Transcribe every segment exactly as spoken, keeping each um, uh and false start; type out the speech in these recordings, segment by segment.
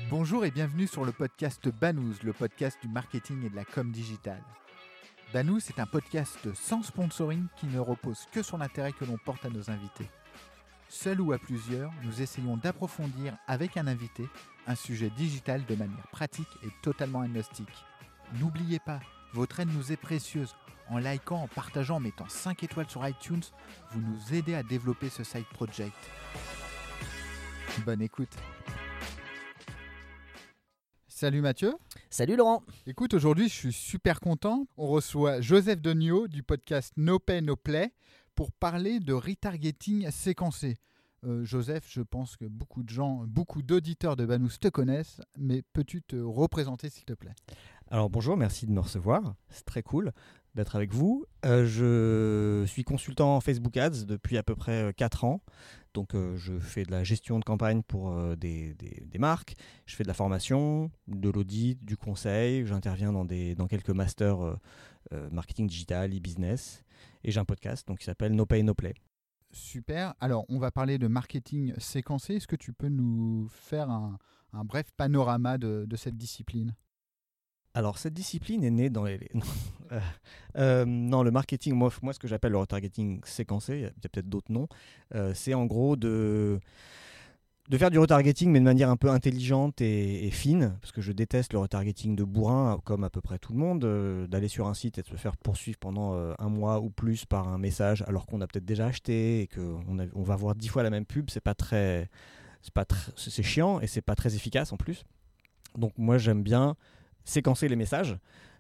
Bonjour et bienvenue sur le podcast Banous, le podcast du marketing et de la com digitale. Banous est un podcast sans sponsoring qui ne repose que sur l'intérêt que l'on porte à nos invités. Seul ou à plusieurs, nous essayons d'approfondir avec un invité un sujet digital de manière pratique et totalement agnostique. N'oubliez pas, votre aide nous est précieuse. En likant, en partageant, en mettant cinq étoiles sur iTunes, vous nous aidez à développer ce side project. Bonne écoute. Salut Mathieu. Salut Laurent. Écoute, aujourd'hui je suis super content. On reçoit Joseph Degnaud du podcast No Pay No Play pour parler de retargeting séquencé. Euh, Joseph, je pense que beaucoup de gens, beaucoup d'auditeurs de Banous te connaissent, mais peux-tu te représenter s'il te plaît ? Alors bonjour, merci de me recevoir, c'est très cool d'être avec vous. Euh, je suis consultant en Facebook Ads depuis à peu près quatre ans. Donc euh, je fais de la gestion de campagne pour euh, des, des, des marques, je fais de la formation, de l'audit, du conseil, j'interviens dans, des, dans quelques masters euh, euh, marketing digital, e-business, et j'ai un podcast donc, qui s'appelle No Pay No Play. Super, alors on va parler de marketing séquencé. Est-ce que tu peux nous faire un, un bref panorama de, de cette discipline ? Alors, cette discipline est née dans les... Non, euh, euh, non le marketing, moi, moi ce que j'appelle le retargeting séquencé, il y a peut-être d'autres noms, euh, c'est en gros de, de faire du retargeting, mais de manière un peu intelligente et, et fine, parce que je déteste le retargeting de bourrin, comme à peu près tout le monde, euh, d'aller sur un site et de se faire poursuivre pendant euh, un mois ou plus par un message, alors qu'on a peut-être déjà acheté et qu'on a, on va voir dix fois la même pub, c'est pas très... C'est, pas très, c'est chiant et c'est pas très efficace en plus. Donc moi, j'aime bien séquencer les messages.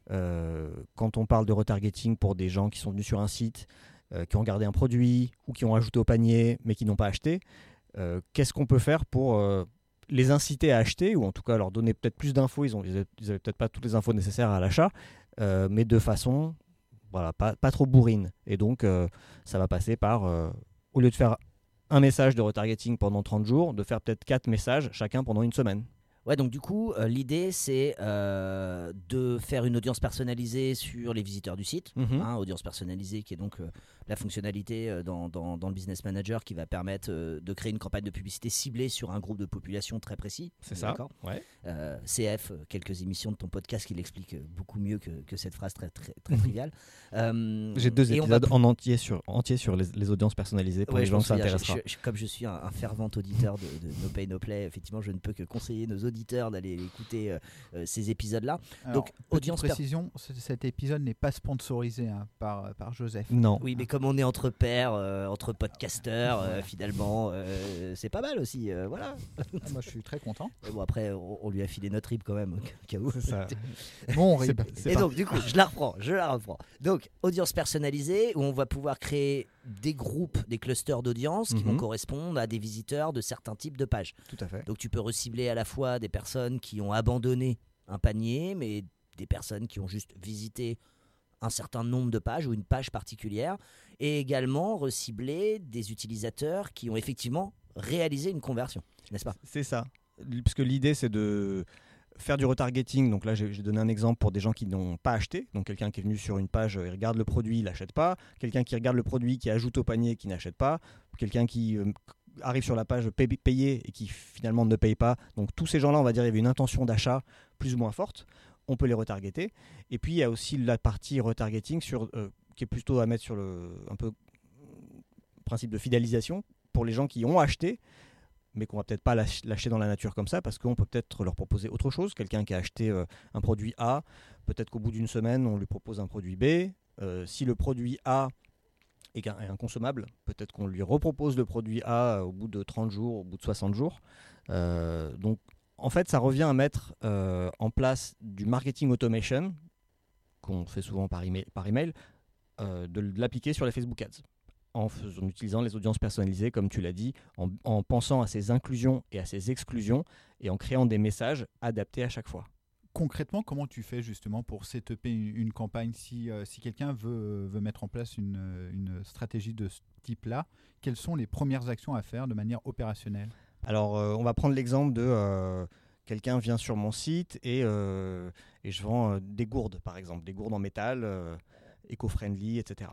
Euh, quand on parle de retargeting pour des gens qui sont venus sur un site, euh, qui ont regardé un produit ou qui ont ajouté au panier mais qui n'ont pas acheté, euh, qu'est-ce qu'on peut faire pour euh, les inciter à acheter ou en tout cas leur donner peut-être plus d'infos. Ils n'avaient ils avaient peut-être pas toutes les infos nécessaires à l'achat, euh, mais de façon voilà, pas, pas trop bourrine. Et donc euh, ça va passer par, euh, au lieu de faire un message de retargeting pendant trente jours, de faire peut-être quatre messages chacun pendant une semaine. Ouais, donc du coup, euh, l'idée c'est euh, de faire une audience personnalisée sur les visiteurs du site. Mmh. Hein, audience personnalisée qui est donc euh, la fonctionnalité euh, dans, dans, dans le Business Manager qui va permettre euh, de créer une campagne de publicité ciblée sur un groupe de population très précis. C'est ça, d'accord. Ouais. Euh, C F, euh, quelques émissions de ton podcast qui l'expliquent beaucoup mieux que, que cette phrase très, très, très triviale. Euh, J'ai deux et on va épisodes plus- en entier sur, entier sur les, les audiences personnalisées pour Ouais, les je gens m'en que ça souviens, je- intéressera. je- je- comme je suis un, un fervent auditeur de, de No Pay No Play, effectivement, je ne peux que conseiller nos auditeurs d'aller écouter euh, euh, ces épisodes-là. Alors, Donc, petite audience per- précision, c- cet épisode n'est pas sponsorisé hein, par, par Joseph. Non. Oui, mais comme on est entre pairs, euh, entre podcasteurs, euh, finalement, euh, c'est pas mal aussi. euh, voilà. Ah, moi je suis très content. Et bon, après, on, on lui a filé notre rib quand même, au cas où. C'est ça. Bon, C'est- Rib. c'est Et pas- donc, du coup, je la reprends, je la reprends. Donc, audience personnalisée, où on va pouvoir créer des groupes, des clusters d'audience qui Mhm. vont correspondre à des visiteurs de certains types de pages. Tout à fait. Donc, tu peux recibler à la fois des personnes qui ont abandonné un panier, mais des personnes qui ont juste visité un certain nombre de pages ou une page particulière, et également recibler des utilisateurs qui ont effectivement réalisé une conversion, n'est-ce pas ? C'est ça. Parce que l'idée, c'est de faire du retargeting. Donc là, j'ai j'ai donné un exemple pour des gens qui n'ont pas acheté. Donc quelqu'un qui est venu sur une page, il regarde le produit, il n'achète pas. Quelqu'un qui regarde le produit, qui ajoute au panier, qui n'achète pas. Quelqu'un qui euh, arrive sur la page pay- payer et qui finalement ne paye pas. Donc tous ces gens-là, on va dire, il y avait une intention d'achat plus ou moins forte. On peut les retargeter. Et puis, il y a aussi la partie retargeting sur, euh, qui est plutôt à mettre sur le un peu principe de fidélisation pour les gens qui ont acheté, mais qu'on va peut-être pas lâch- lâcher dans la nature comme ça, parce qu'on peut peut-être leur proposer autre chose. Quelqu'un qui a acheté euh, un produit A, peut-être qu'au bout d'une semaine, on lui propose un produit B. Euh, si le produit A est un, est un consommable, peut-être qu'on lui repropose le produit A au bout de trente jours, au bout de soixante jours. Euh, donc, en fait, ça revient à mettre euh, en place du marketing automation, qu'on fait souvent par email, par email euh, de, de l'appliquer sur les Facebook Ads. En, fais- en utilisant les audiences personnalisées, comme tu l'as dit, en, en pensant à ses inclusions et à ses exclusions, et en créant des messages adaptés à chaque fois. Concrètement, comment tu fais justement pour setuper une, une campagne si, euh, si quelqu'un veut, veut mettre en place une, euh, une stratégie de ce type-là, quelles sont les premières actions à faire de manière opérationnelle ? Alors, euh, on va prendre l'exemple de euh, quelqu'un vient sur mon site et, euh, et je vends euh, des gourdes, par exemple, des gourdes en métal, euh, éco-friendly, et cetera.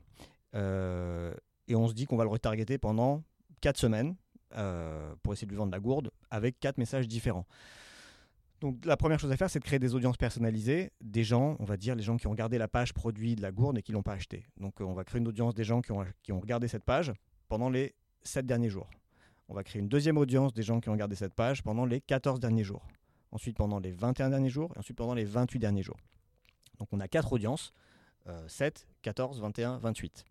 Euh, et on se dit qu'on va le retargeter pendant quatre semaines euh, pour essayer de lui vendre la gourde avec quatre messages différents. Donc la première chose à faire, c'est de créer des audiences personnalisées, des gens, on va dire les gens qui ont regardé la page produit de la gourde et qui ne l'ont pas acheté. Donc euh, on va créer une audience des gens qui ont, qui ont regardé cette page pendant les sept derniers jours. On va créer une deuxième audience des gens qui ont regardé cette page pendant les quatorze derniers jours. Ensuite pendant les vingt et un derniers jours et ensuite pendant les vingt-huit derniers jours. Donc on a quatre audiences, euh, sept, quatorze, vingt et un, vingt-huit.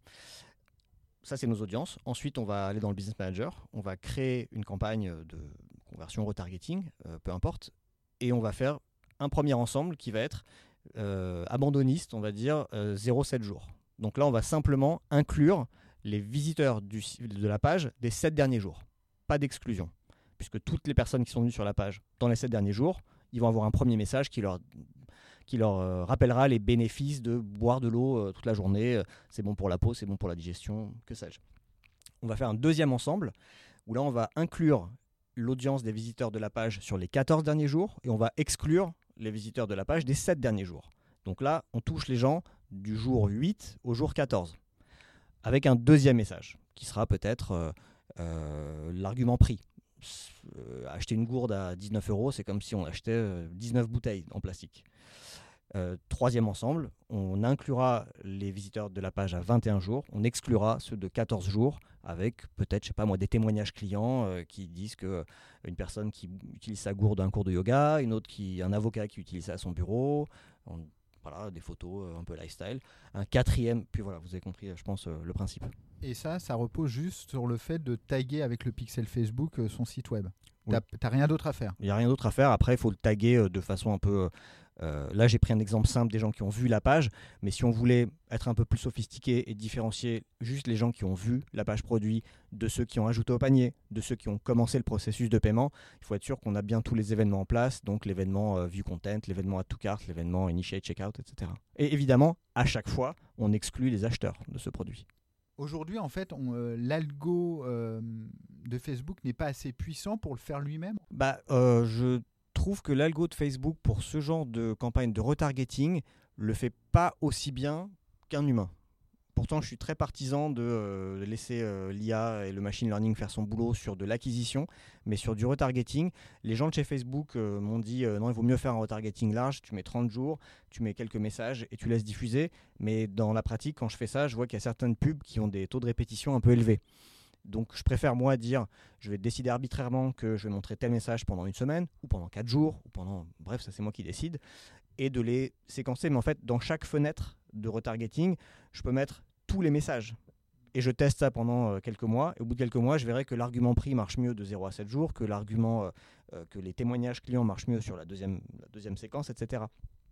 Ça, c'est nos audiences. Ensuite, on va aller dans le Business Manager. On va créer une campagne de conversion, retargeting, euh, peu importe. Et on va faire un premier ensemble qui va être euh, abandonniste, on va dire euh, zéro virgule sept jours. Donc là, on va simplement inclure les visiteurs du, de la page des sept derniers jours. Pas d'exclusion. Puisque toutes les personnes qui sont venues sur la page dans les sept derniers jours, ils vont avoir un premier message qui leur... qui leur euh, rappellera les bénéfices de boire de l'eau euh, toute la journée. Euh, c'est bon pour la peau, c'est bon pour la digestion, que sais-je. On va faire un deuxième ensemble où là, on va inclure l'audience des visiteurs de la page sur les quatorze derniers jours et on va exclure les visiteurs de la page des sept derniers jours. Donc là, on touche les gens du jour huit au jour quatorze avec un deuxième message qui sera peut-être euh, euh, l'argument prix. Euh, acheter une gourde à dix-neuf euros, c'est comme si on achetait euh, dix-neuf bouteilles en plastique. Euh, troisième ensemble, on inclura les visiteurs de la page à vingt et un jours, on exclura ceux de quatorze jours avec peut-être, je sais pas moi, des témoignages clients euh, qui disent que euh, une personne qui utilise sa gourde à un cours de yoga, une autre qui, un avocat qui utilise ça à son bureau, on, voilà, des photos euh, un peu lifestyle. Un quatrième, puis voilà, vous avez compris, je pense, euh, le principe. Et ça, ça repose juste sur le fait de taguer avec le pixel Facebook euh, son site web. Oui. T'as, t'as rien d'autre à faire. Il n'y a rien d'autre à faire. Après, il faut le taguer euh, de façon un peu... Euh, là, j'ai pris un exemple simple des gens qui ont vu la page. Mais si on voulait être un peu plus sophistiqué et différencier juste les gens qui ont vu la page produit de ceux qui ont ajouté au panier, de ceux qui ont commencé le processus de paiement, il faut être sûr qu'on a bien tous les événements en place. Donc l'événement euh, View Content, l'événement Add to Cart, l'événement Initiate Checkout, et cetera. Et évidemment, à chaque fois, on exclut les acheteurs de ce produit. Aujourd'hui, en fait, on, euh, l'algo euh, de Facebook n'est pas assez puissant pour le faire lui-même. Bah, euh, je trouve que l'algo de Facebook pour ce genre de campagne de retargeting le fait pas aussi bien qu'un humain. Pourtant, je suis très partisan de euh, laisser euh, l'I A et le machine learning faire son boulot sur de l'acquisition, mais sur du retargeting, les gens de chez Facebook euh, m'ont dit euh, non, il vaut mieux faire un retargeting large, tu mets trente jours, tu mets quelques messages et tu laisses diffuser. Mais dans la pratique, quand je fais ça, je vois qu'il y a certaines pubs qui ont des taux de répétition un peu élevés. Donc je préfère moi dire, je vais décider arbitrairement que je vais montrer tel message pendant une semaine, ou pendant quatre jours, ou pendant, bref, ça c'est moi qui décide, et de les séquencer. Mais en fait, dans chaque fenêtre de retargeting, je peux mettre tous les messages. Et je teste ça pendant euh, quelques mois. Et au bout de quelques mois, je verrai que l'argument prix marche mieux de zéro à sept jours, que l'argument, euh, euh, que les témoignages clients marchent mieux sur la deuxième, la deuxième séquence, et cetera.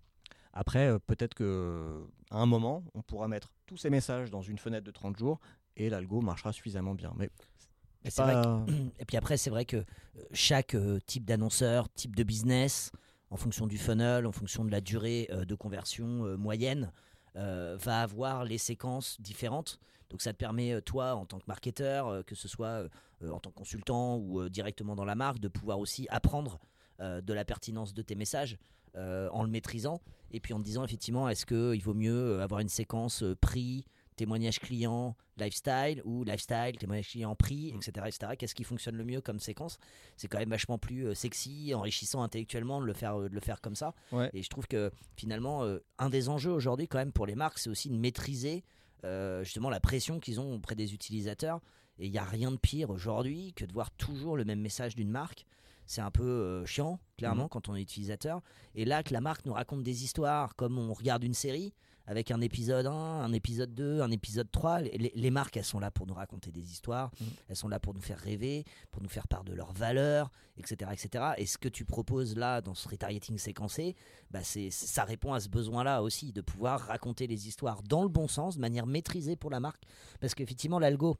Après, euh, peut-être qu'à un moment, on pourra mettre tous ces messages dans une fenêtre de trente jours et l'algo marchera suffisamment bien. Mais Et, c'est pas... vrai que, et puis après, c'est vrai que chaque euh, type d'annonceur, type de business, en fonction du funnel, en fonction de la durée euh, de conversion euh, moyenne, euh, va avoir les séquences différentes. Donc ça te permet, euh, toi, en tant que marketeur, euh, que ce soit euh, en tant que consultant ou euh, directement dans la marque, de pouvoir aussi apprendre euh, de la pertinence de tes messages euh, en le maîtrisant. Et puis en te disant, effectivement, est-ce qu'il vaut mieux avoir une séquence euh, prix, témoignage client, lifestyle, ou lifestyle, témoignage client, prix, et cetera, et cetera. Qu'est-ce qui fonctionne le mieux comme séquence? C'est quand même vachement plus euh, sexy, enrichissant intellectuellement de le faire, euh, de le faire comme ça. Ouais. Et je trouve que finalement, euh, un des enjeux aujourd'hui quand même pour les marques, c'est aussi de maîtriser euh, justement la pression qu'ils ont auprès des utilisateurs. Et il n'y a rien de pire aujourd'hui que de voir toujours le même message d'une marque. C'est un peu euh, chiant, clairement, mmh. quand on est utilisateur. Et là, que la marque nous raconte des histoires comme on regarde une série, avec un épisode un, un épisode deux, un épisode trois. Les, les marques, elles sont là pour nous raconter des histoires, mmh. elles sont là pour nous faire rêver, pour nous faire part de leurs valeurs, et cetera, et cetera. Et ce que tu proposes là, dans ce retargeting séquencé, bah c'est, ça répond à ce besoin-là aussi, de pouvoir raconter les histoires dans le bon sens, de manière maîtrisée pour la marque. Parce qu'effectivement, l'algo,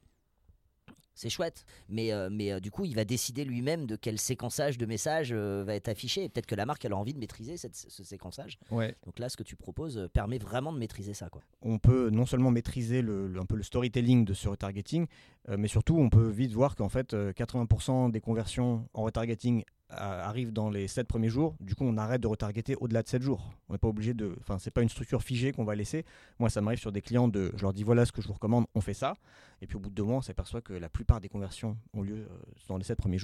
c'est chouette, mais, euh, mais euh, du coup il va décider lui-même de quel séquençage de messages euh, va être affiché, et peut-être que la marque elle a envie de maîtriser cette, ce séquençage. Ouais. Donc là ce que tu proposes euh, permet vraiment de maîtriser ça, quoi. On peut non seulement maîtriser le, le, un peu le storytelling de ce retargeting, euh, mais surtout on peut vite voir qu'en fait euh, quatre-vingts pour cent des conversions en retargeting arrive dans les sept premiers jours. Du coup on arrête de retargeter au-delà de sept jours. On n'est pas obligé de, enfin c'est pas une structure figée qu'on va laisser. Moi ça m'arrive sur des clients de, je leur dis voilà ce que je vous recommande, on fait ça, et puis au bout de deux mois on s'aperçoit que la plupart des conversions ont lieu euh, dans les sept premiers jours.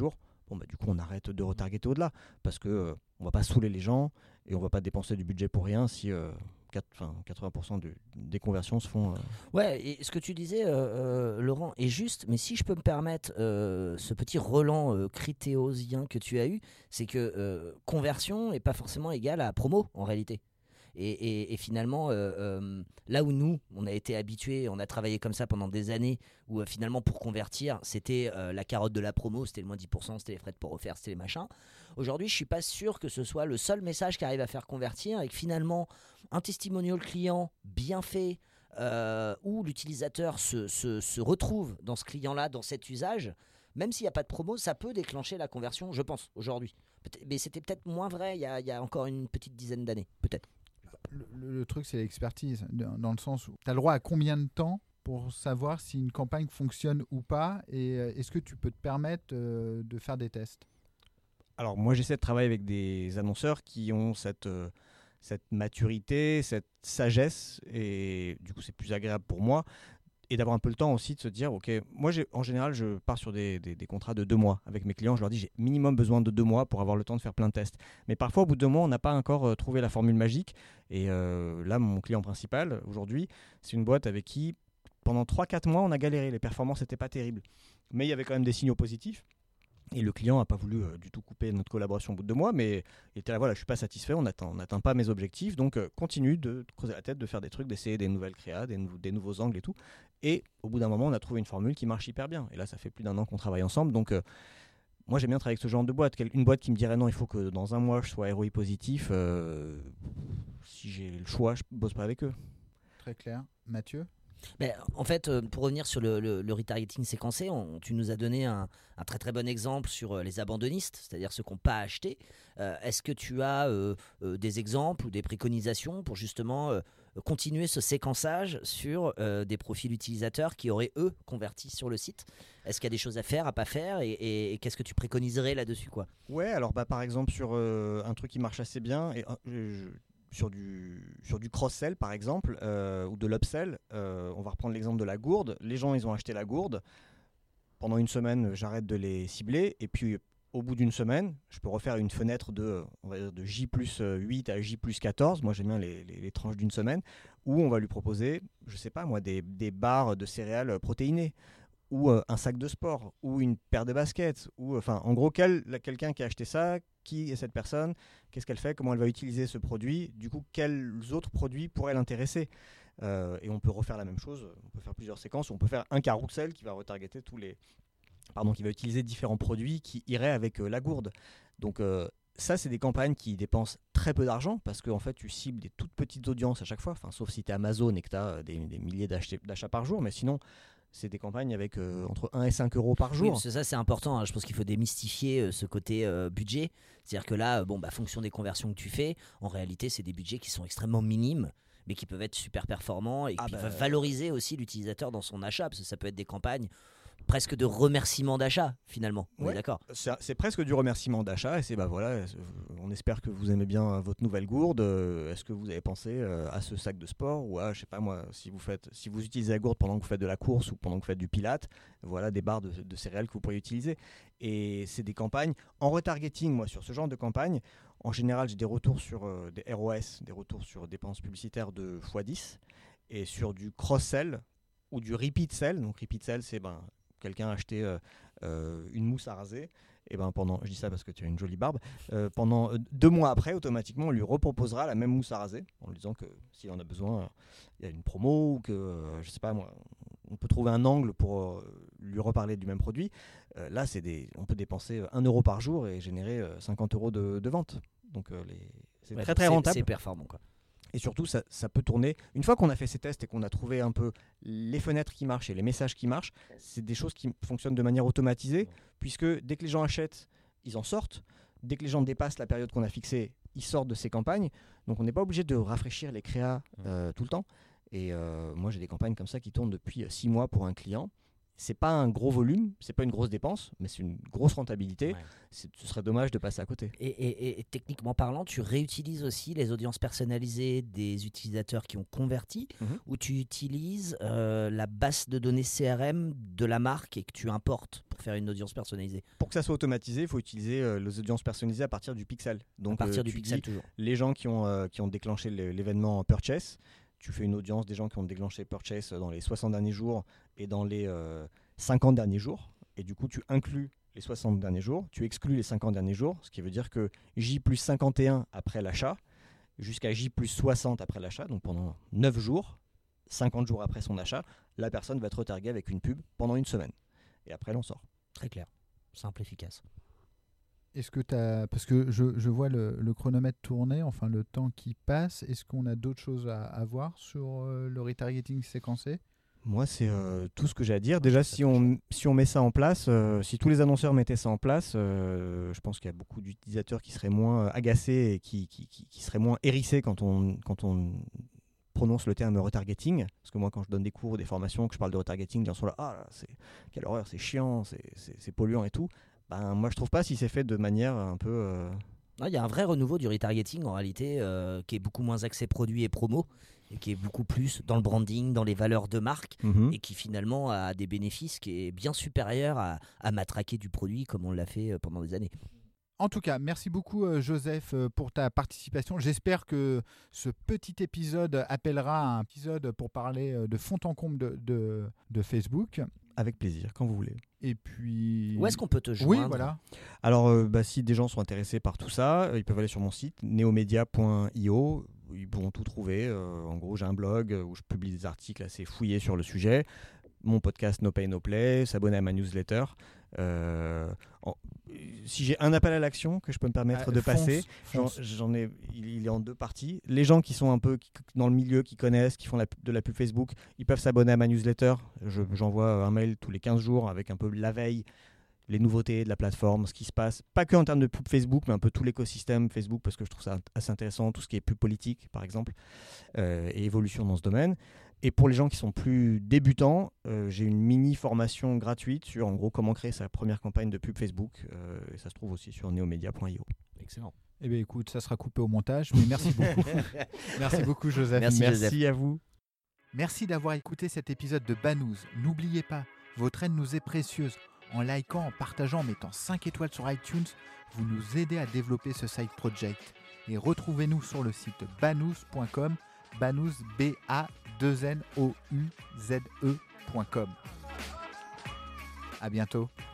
bon, bah, du coup, on arrête de retargeter au-delà parce qu'on euh, ne va pas saouler les gens et on ne va pas dépenser du budget pour rien si euh, quatre-vingts pour cent de, des conversions se font. Euh... Ouais, et ce que tu disais, euh, euh, Laurent, est juste, mais si je peux me permettre euh, ce petit relan euh, critéosien que tu as eu, c'est que euh, conversion n'est pas forcément égale à promo en réalité. Et, et, et finalement, euh, euh, là où nous, on a été habitués, on a travaillé comme ça pendant des années, où euh, finalement pour convertir, c'était euh, la carotte de la promo, c'était le moins dix pour cent, c'était les frais de port offerts, c'était les machins. Aujourd'hui, je ne suis pas sûr que ce soit le seul message qui arrive à faire convertir et que finalement, un testimonial client bien fait, euh, où l'utilisateur se, se, se retrouve dans ce client-là, dans cet usage, même s'il n'y a pas de promo, ça peut déclencher la conversion, je pense, aujourd'hui. Peut-être, mais c'était peut-être moins vrai il y a, il y a encore une petite dizaine d'années, peut-être. Le, le truc, c'est l'expertise, dans le sens où tu as le droit à combien de temps pour savoir si une campagne fonctionne ou pas, et est-ce que tu peux te permettre euh, de faire des tests? Alors moi, j'essaie de travailler avec des annonceurs qui ont cette, euh, cette maturité, cette sagesse, et du coup c'est plus agréable pour moi, et d'avoir un peu le temps aussi de se dire, ok, moi j'ai, en général je pars sur des, des, des contrats de deux mois avec mes clients, je leur dis j'ai minimum besoin de deux mois pour avoir le temps de faire plein de tests. Mais parfois au bout de deux mois on n'a pas encore euh, trouvé la formule magique, et euh, là mon client principal aujourd'hui, c'est une boîte avec qui pendant trois quatre mois on a galéré, les performances n'étaient pas terribles, mais il y avait quand même des signaux positifs. Et le client n'a pas voulu euh, du tout couper notre collaboration au bout de deux mois, mais il était là, voilà, je ne suis pas satisfait, on n'atteint pas mes objectifs, donc euh, continue de creuser la tête, de faire des trucs, d'essayer des nouvelles créas, des, nou- des nouveaux angles et tout. Et au bout d'un moment, on a trouvé une formule qui marche hyper bien. Et là, ça fait plus d'un an qu'on travaille ensemble, donc euh, moi j'aime bien travailler avec ce genre de boîte. Une boîte qui me dirait non, il faut que dans un mois je sois R O I positif, euh, si j'ai le choix, je ne bosse pas avec eux. Très clair. Mathieu? Mais en fait, euh, pour revenir sur le, le, le retargeting séquencé, on, tu nous as donné un, un très très bon exemple sur euh, les abandonnistes, c'est-à-dire ceux qui n'ont pas acheté. Euh, est-ce que tu as euh, euh, des exemples ou des préconisations pour justement euh, continuer ce séquençage sur euh, des profils utilisateurs qui auraient, eux, converti sur le site? Est-ce qu'il y a des choses à faire, à pas faire, et, et, et qu'est-ce que tu préconiserais là-dessus, quoi? Ouais, alors bah, par exemple sur euh, un truc qui marche assez bien, et euh, je... Sur du, sur du cross-sell par exemple, euh, ou de l'upsell, euh, on va reprendre l'exemple de la gourde. Les gens, ils ont acheté la gourde. Pendant une semaine, j'arrête de les cibler. Et puis, au bout d'une semaine, je peux refaire une fenêtre de, on va dire de J plus huit à J plus quatorze. Moi, j'aime bien les, les, les tranches d'une semaine. Où on va lui proposer, je sais pas moi, des, des barres de céréales protéinées. Ou euh, un sac de sport, ou une paire de baskets, ou enfin, en gros, quel, quelqu'un qui a acheté ça, qui est cette personne, qu'est-ce qu'elle fait, comment elle va utiliser ce produit, du coup, quels autres produits pourraient l'intéresser. Euh, et on peut refaire la même chose, on peut faire plusieurs séquences, on peut faire un carrousel qui va retargeter tous les, pardon, qui va utiliser différents produits qui iraient avec euh, la gourde. Donc euh, ça, c'est des campagnes qui dépensent très peu d'argent parce qu'en en fait, tu cibles des toutes petites audiences à chaque fois, enfin, sauf si tu es Amazon et que tu as des, des milliers d'achats par jour, mais sinon, c'est des campagnes avec euh, entre un et cinq euros par jour. Oui, parce que ça, c'est important. Hein. Je pense qu'il faut démystifier euh, ce côté euh, budget. C'est-à-dire que là, bon, bah, fonction des conversions que tu fais, en réalité, c'est des budgets qui sont extrêmement minimes, mais qui peuvent être super performants et Ah qui bah, peuvent valoriser aussi l'utilisateur dans son achat, parce que ça peut être des campagnes presque de remerciement d'achat, finalement. On ouais, est d'accord. c'est, c'est presque du remerciement d'achat, et c'est bah voilà, on espère que vous aimez bien votre nouvelle gourde. Est-ce que vous avez pensé à ce sac de sport, ou à, je sais pas moi, si vous faites, si vous utilisez la gourde pendant que vous faites de la course ou pendant que vous faites du pilate, voilà des barres de, de céréales que vous pourriez utiliser. Et c'est des campagnes en retargeting. Moi, sur ce genre de campagne, en général, j'ai des retours sur euh, des R O S, des retours sur dépenses publicitaires de fois dix, et sur du cross-sell ou du repeat sell. Donc repeat sell, c'est ben quelqu'un a acheté euh, euh, une mousse à raser, et ben pendant, je dis ça parce que tu as une jolie barbe, euh, pendant deux mois après, automatiquement, on lui reproposera la même mousse à raser, en lui disant que s'il en a besoin, il y a une promo, ou que, euh, je sais pas moi, on peut trouver un angle pour euh, lui reparler du même produit. Euh, là, c'est des, on peut dépenser un euro par jour et générer euh, cinquante euros de, de vente. Donc euh, les, c'est Ouais, très très rentable. C'est performant, quoi. Et surtout, ça, ça peut tourner. Une fois qu'on a fait ces tests et qu'on a trouvé un peu les fenêtres qui marchent et les messages qui marchent, c'est des choses qui fonctionnent de manière automatisée, puisque dès que les gens achètent, ils en sortent. Dès que les gens dépassent la période qu'on a fixée, ils sortent de ces campagnes. Donc on n'est pas obligé de rafraîchir les créas euh, tout le temps. Et euh, moi, j'ai des campagnes comme ça qui tournent depuis six mois pour un client. c'est pas un gros volume, c'est pas une grosse dépense, mais c'est une grosse rentabilité. Ouais. C'est, ce serait dommage de passer à côté. Et, et- et techniquement parlant, tu réutilises aussi les audiences personnalisées des utilisateurs qui ont converti, Mhm. ou tu utilises euh, la base de données C R M de la marque et que tu importes pour faire une audience personnalisée. Pour que ça soit automatisé, il faut utiliser euh, les audiences personnalisées à partir du pixel. Donc, à partir euh, du tu pixel dis, toujours. les gens qui ont, euh, qui ont déclenché le- l'événement purchase, tu fais une audience des gens qui ont déclenché purchase dans les soixante derniers jours et dans les euh, cinquante derniers jours. Et du coup, tu inclus les soixante derniers jours, tu exclus les cinquante derniers jours, ce qui veut dire que J plus cinquante et un après l'achat, jusqu'à J plus soixante après l'achat, donc pendant neuf jours, cinquante jours après son achat, la personne va être retarguée avec une pub pendant une semaine. Et après, elle en sort. Très clair, simple, efficace. Est-ce que tu as. Parce que je, je vois le, le chronomètre tourner, enfin le temps qui passe. Est-ce qu'on a d'autres choses à, à voir sur euh, le retargeting séquencé ? Moi, c'est euh, tout ce que j'ai à dire. Déjà, si on, si on met ça en place, euh, si tous les annonceurs mettaient ça en place, euh, je pense qu'il y a beaucoup d'utilisateurs qui seraient moins euh, agacés et qui, qui, qui, qui seraient moins hérissés quand on, quand on prononce le terme retargeting. Parce que moi, quand je donne des cours, des formations, que je parle de retargeting, les gens sont là, ah, là, c'est, quelle horreur, c'est chiant, c'est, c'est, c'est polluant et tout. Ben, moi, je trouve pas si c'est fait de manière un peu... euh, Il y a un vrai renouveau du retargeting en réalité euh, qui est beaucoup moins axé produit et promo et qui est beaucoup plus dans le branding, dans les valeurs de marque mhm. et qui finalement a des bénéfices qui est bien supérieur à, à matraquer du produit comme on l'a fait euh, pendant des années. En tout cas, merci beaucoup euh, Joseph euh, pour ta participation. J'espère que ce petit épisode appellera un épisode pour parler euh, de fond en comble de, de, de Facebook. Avec plaisir, quand vous voulez. Et puis... Où est-ce qu'on peut te joindre ? Oui, voilà. Alors, euh, bah, si des gens sont intéressés par tout ça, euh, ils peuvent aller sur mon site neomedia point io. Ils pourront tout trouver. Euh, en gros, j'ai un blog où je publie des articles assez fouillés sur le sujet. Mon podcast No Pay No Play, s'abonner à ma newsletter. Euh, en, si j'ai un appel à l'action que je peux me permettre Ah, de fonce, passer, fonce. j'en, j'en ai, il, il est en deux parties. Les gens qui sont un peu qui, dans le milieu, qui connaissent, qui font la, de la pub Facebook, ils peuvent s'abonner à ma newsletter. Je, j'envoie un mail tous les quinze jours avec un peu la veille, les nouveautés de la plateforme, ce qui se passe, pas que en termes de pub Facebook, mais un peu tout l'écosystème Facebook, parce que je trouve ça assez intéressant, tout ce qui est pub politique, par exemple, euh, et évolution dans ce domaine. Et pour les gens qui sont plus débutants, euh, j'ai une mini formation gratuite sur, en gros, comment créer sa première campagne de pub Facebook. Euh, et ça se trouve aussi sur neomedia point io. Excellent. Eh bien, écoute, ça sera coupé au montage, mais merci beaucoup. Merci beaucoup, Joseph. Merci, Merci Joseph. à vous. Merci d'avoir écouté cet épisode de Banous. N'oubliez pas, votre aide nous est précieuse. En likant, en partageant, en mettant cinq étoiles sur iTunes, vous nous aidez à développer ce side project. Et retrouvez-nous sur le site banous point com, banous, B A deux N O U Z E point com. À bientôt.